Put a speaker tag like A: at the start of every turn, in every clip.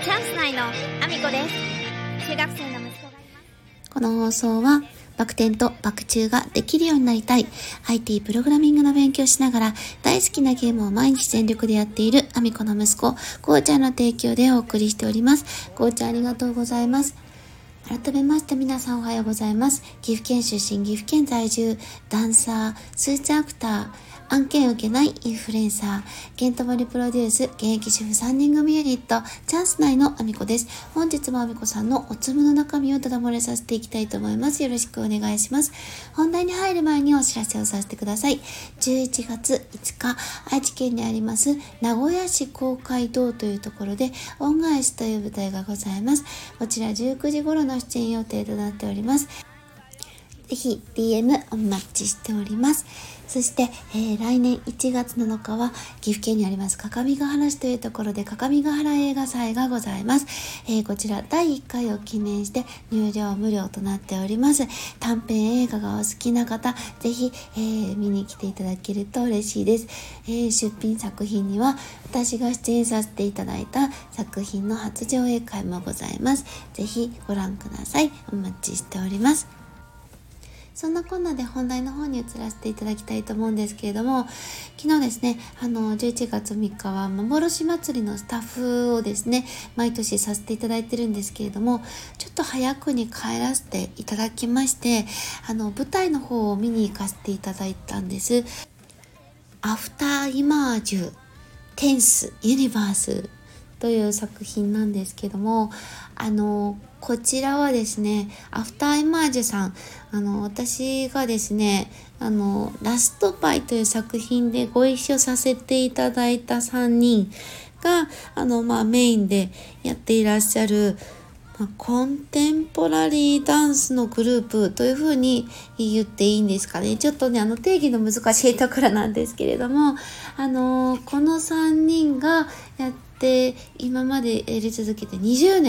A: チャンス内のアミコです。中学生の息子がいます。
B: この放送はバク転とバク宙ができるようになりたい IT プログラミングの勉強しながら大好きなゲームを毎日全力でやっているアミコの息子こうちゃんの提供でお送りしております。こうちゃんありがとうございます。改めまして皆さんおはようございます。岐阜県出身、岐阜県在住、ダンサー、スーツアクター、案件受けないインフルエンサー、ケントモリプロデュース、現役主婦3人組ユニット、チャンス内のアミコです。本日もアミコさんのおつむの中身をただ漏れさせていきたいと思います。よろしくお願いします。本題に入る前にお知らせをさせてください。11月5日、愛知県にあります名古屋市公会堂というところで恩返しという舞台がございます。こちら19時頃の出演予定となっております。ぜひ DM お待ちしております。そして、来年1月7日は岐阜県にあります各務原市というところで各務原映画祭がございます。こちら第1回を記念して入場無料となっております。短編映画がお好きな方ぜひ、見に来ていただけると嬉しいです。出品作品には私が出演させていただいた作品の初上映会もございます。ぜひご覧ください。お待ちしております。そんなこんなで本題の方に移らせていただきたいと思うんですけれども、昨日ですね、11月3日は幻祭りのスタッフをですね、毎年させていただいてるんですけれども、ちょっと早くに帰らせていただきまして、舞台の方を見に行かせていただいたんです。アフターイマージュテンスユニバースという作品なんですけども、こちらはですね、アフターイマージュさん、私がですね、ラストパイという作品でご一緒させていただいた3人が、メインでやっていらっしゃる、コンテンポラリーダンスのグループというふうに言っていいんですかね。ちょっとね、定義の難しいところなんですけれども、この3人がやって今までやり続けて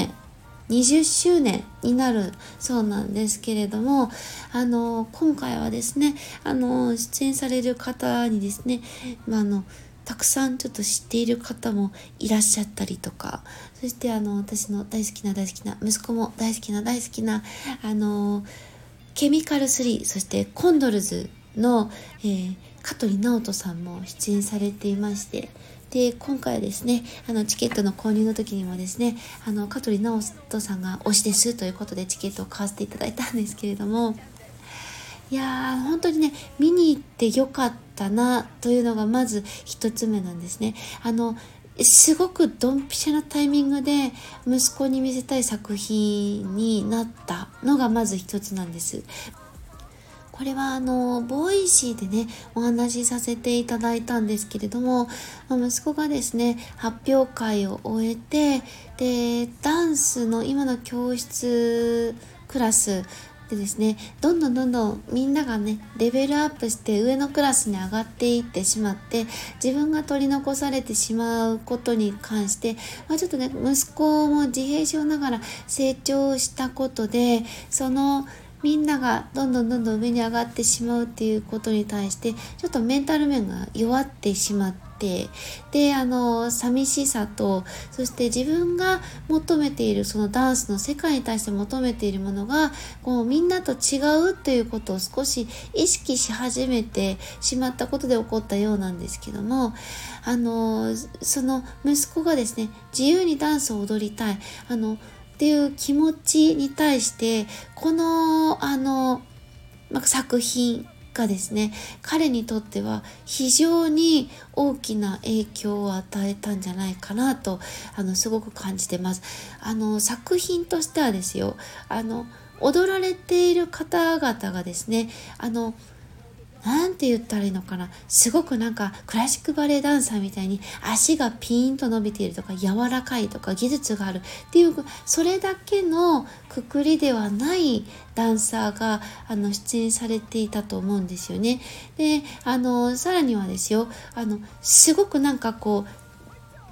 B: 20周年になるそうなんですけれども、今回はですね、出演される方にですね、たくさんちょっと知っている方もいらっしゃったりとか、そして私の大好きな息子も大好きなケミカル3、そしてコンドルズの、香取直人さんも出演されていまして、で今回はですね、チケットの購入の時にもですね、香取直人さんが推しですということでチケットを買わせていただいたんですけれども、いやー本当にね、見に行ってよかったなというのがまず一つ目なんですね。すごくドンピシャなタイミングで息子に見せたい作品になったのがまず一つなんです。これはボイシーでねお話しさせていただいたんですけれども、息子がですね発表会を終えて、でダンスの今の教室クラスでですね、どんどんみんながねレベルアップして上のクラスに上がっていってしまって、自分が取り残されてしまうことに関して、ちょっとね息子も自閉症ながら成長したことで、そのみんながどんどん上に上がってしまうっていうことに対してちょっとメンタル面が弱ってしまって、で寂しさと、そして自分が求めているそのダンスの世界に対して求めているものがこうみんなと違うっていうことを少し意識し始めてしまったことで起こったようなんですけども、その息子がですね自由にダンスを踊りたいっていう気持ちに対して、この作品がですね彼にとっては非常に大きな影響を与えたんじゃないかなとすごく感じてます。作品としてはですよ、踊られている方々がですねなんて言ったらいいのかな、すごくなんかクラシックバレエダンサーみたいに足がピーンと伸びているとか柔らかいとか技術があるっていう、それだけのくくりではないダンサーが出演されていたと思うんですよね。でさらにはですよ、すごくなんかこう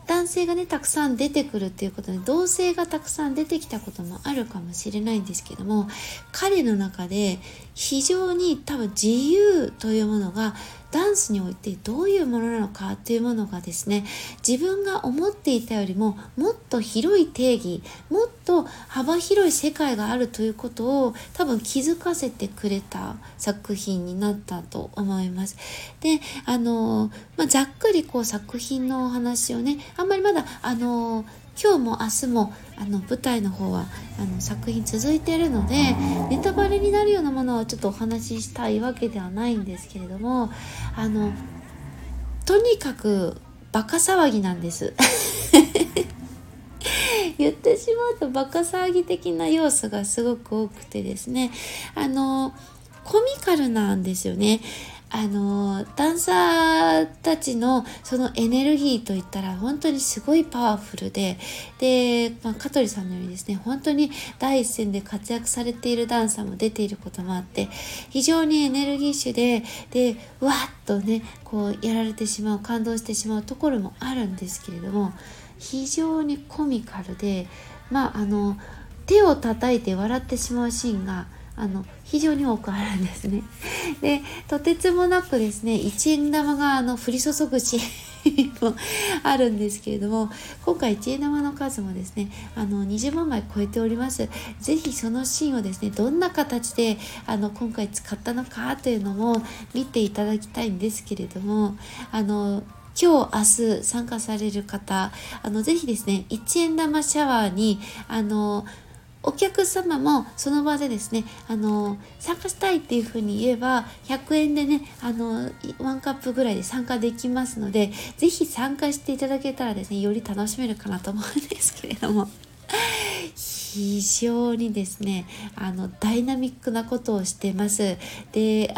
B: 男性がねたくさん出てくるっていうことで同性がたくさん出てきたこともあるかもしれないんですけども、彼の中で非常に多分自由というものがダンスにおいてどういうものなのかというものがですね、自分が思っていたよりももっと広い定義、もっと幅広い世界があるということを多分気づかせてくれた作品になったと思います。で、ざっくり作品のお話をね、あんまりまだ今日も明日も舞台の方は作品続いているので、ネタバレになるようなものはちょっとお話ししたいわけではないんですけれども、とにかくバカ騒ぎなんです言ってしまうとバカ騒ぎ的な要素がすごく多くてですね、コミカルなんですよね。ダンサーたちのそのエネルギーといったら本当にすごいパワフルで、香取さんのようにですね、本当に第一線で活躍されているダンサーも出ていることもあって、非常にエネルギッシュでわーっとねやられてしまう、感動してしまうところもあるんですけれども、非常にコミカルで、手を叩いて笑ってしまうシーンが非常に多くあるんですね。で、とてつもなくですね、1円玉が降り注ぐシーンもあるんですけれども、今回1円玉の数もですね、20万枚超えております。ぜひそのシーンをですね、どんな形で今回使ったのかというのも見ていただきたいんですけれども、今日明日参加される方、ぜひですね、1円玉シャワーにお客様もその場でですね、参加したいっていうふうに言えば100円でね、1カップぐらいで参加できますので、ぜひ参加していただけたらですね、より楽しめるかなと思うんですけれども非常にですね、ダイナミックなことをしてます。で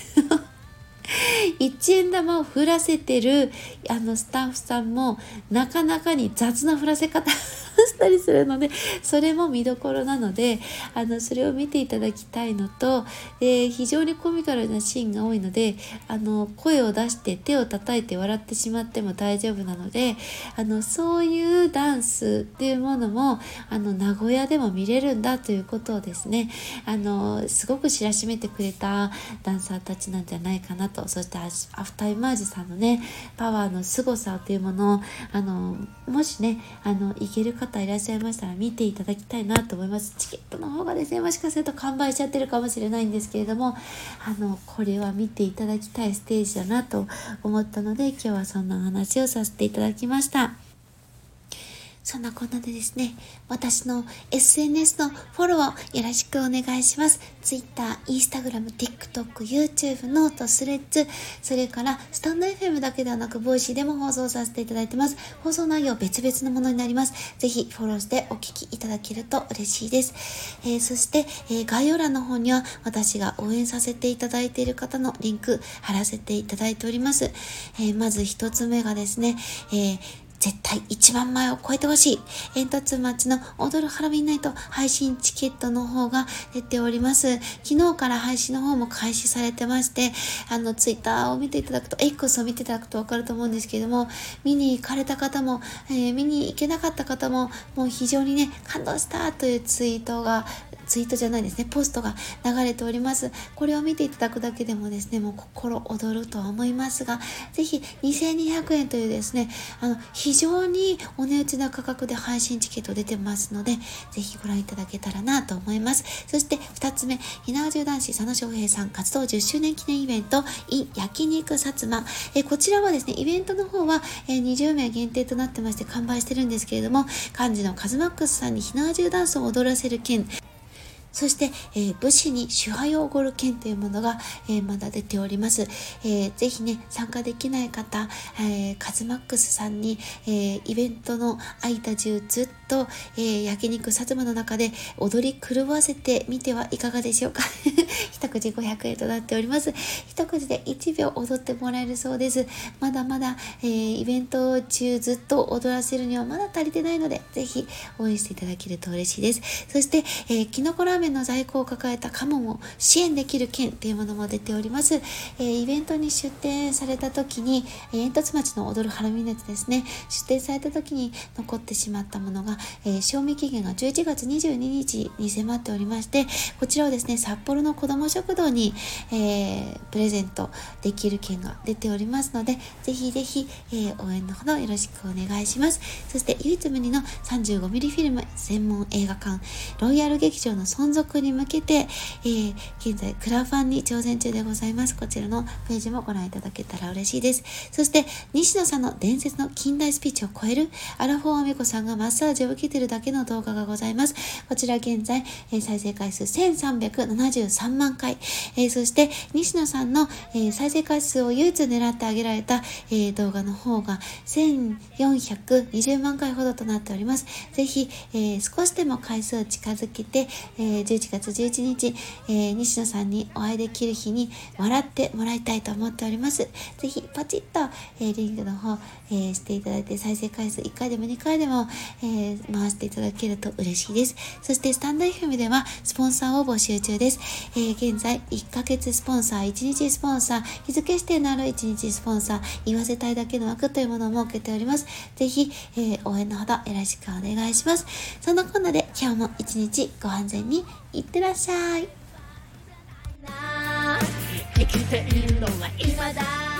B: 1円玉を振らせてるスタッフさんもなかなかに雑な振らせ方したりするので、それも見どころなのでそれを見ていただきたいのと、非常にコミカルなシーンが多いので声を出して手を叩いて笑ってしまっても大丈夫なので、そういうダンスっていうものも名古屋でも見れるんだということをですね、すごく知らしめてくれたダンサーたちなんじゃないかなと。そしてアフターイマージさんのねパワーの凄さというものをもしね行ける方いらっしゃいましたら見ていただきたいなと思います。チケットの方がですね、もしかすると完売しちゃってるかもしれないんですけれども、これは見ていただきたいステージだなと思ったので、今日はそんな話をさせていただきました。そんなこんなでですね、私の SNS のフォローをよろしくお願いします。Twitter、Instagram、TikTok、YouTube、ノート、スレッズ、それからスタンド FM だけではなく、ボイシーでも放送させていただいてます。放送内容別々のものになります。ぜひフォローしてお聞きいただけると嬉しいです。そして、概要欄の方には私が応援させていただいている方のリンク貼らせていただいております。まず一つ目がですね、絶対1万枚を超えてほしい煙突町の踊るハロウィンナイト配信チケットの方が出ております。昨日から配信の方も開始されてまして、ツイッターを見ていただくと X を見ていただくと分かると思うんですけれども、見に行かれた方も、見に行けなかった方ももう非常にね感動したというツイートじゃないですね、ポストが流れております。これを見ていただくだけでもですね、もう心躍るとは思いますが、ぜひ2200円というですね、非常にお値打ちな価格で配信チケット出てますので、ぜひご覧いただけたらなと思います。そして2つ目、火縄銃男子佐野翔平さん活動10周年記念イベント in 焼肉薩摩、こちらはですね、イベントの方は、20名限定となってまして完売してるんですけれども、幹事のカズマックスさんに火縄銃ダンスを踊らせる件、そして、武士に手配をおごる券というものが、まだ出ております。ぜひね、参加できない方、カズマックスさんに、イベントの空いた中ずっと、焼肉薩摩の中で踊り狂わせてみてはいかがでしょうか。一口500円となっております。一口で1秒踊ってもらえるそうです。まだまだ、イベント中ずっと踊らせるにはまだ足りてないので、ぜひ応援していただけると嬉しいです。そして、キノコラーメンメンの在庫を抱えたカモンを支援できる券というものも出ております。イベントに出店された時に、煙突町の踊るハロウィン熱ですね、出店された時に残ってしまったものが、賞味期限が11月22日に迫っておりまして、こちらをですね、札幌の子ども食堂に、プレゼントできる券が出ておりますので、ぜひぜひ、応援のほどよろしくお願いします。そして唯一無二の 35mm フィルム専門映画館ロイヤル劇場の存続に向けて、現在クラファンに挑戦中でございます。こちらのページもご覧いただけたら嬉しいです。そして西野さんの伝説の近代スピーチを超えるアラフォーアメコさんがマッサージを受けているだけの動画がございます。こちら現在、再生回数1373万回、そして西野さんの、再生回数を唯一狙ってあげられた、動画の方が1420万回ほどとなっております。ぜひ、少しでも回数を近づけて、11月11日、西野さんにお会いできる日に笑ってもらいたいと思っております。ぜひポチッと、リンクの方、していただいて、再生回数1回でも2回でも、回していただけると嬉しいです。そしてスタンド FM ではスポンサーを募集中です。現在1ヶ月スポンサー、1日スポンサー、日付指定のある1日スポンサー、言わせたいだけの枠というものを設けております。ぜひ、応援のほどよろしくお願いします。そんなこんなで今日も一日ご安全にいってらっしゃい。
A: 生きているのは今だ。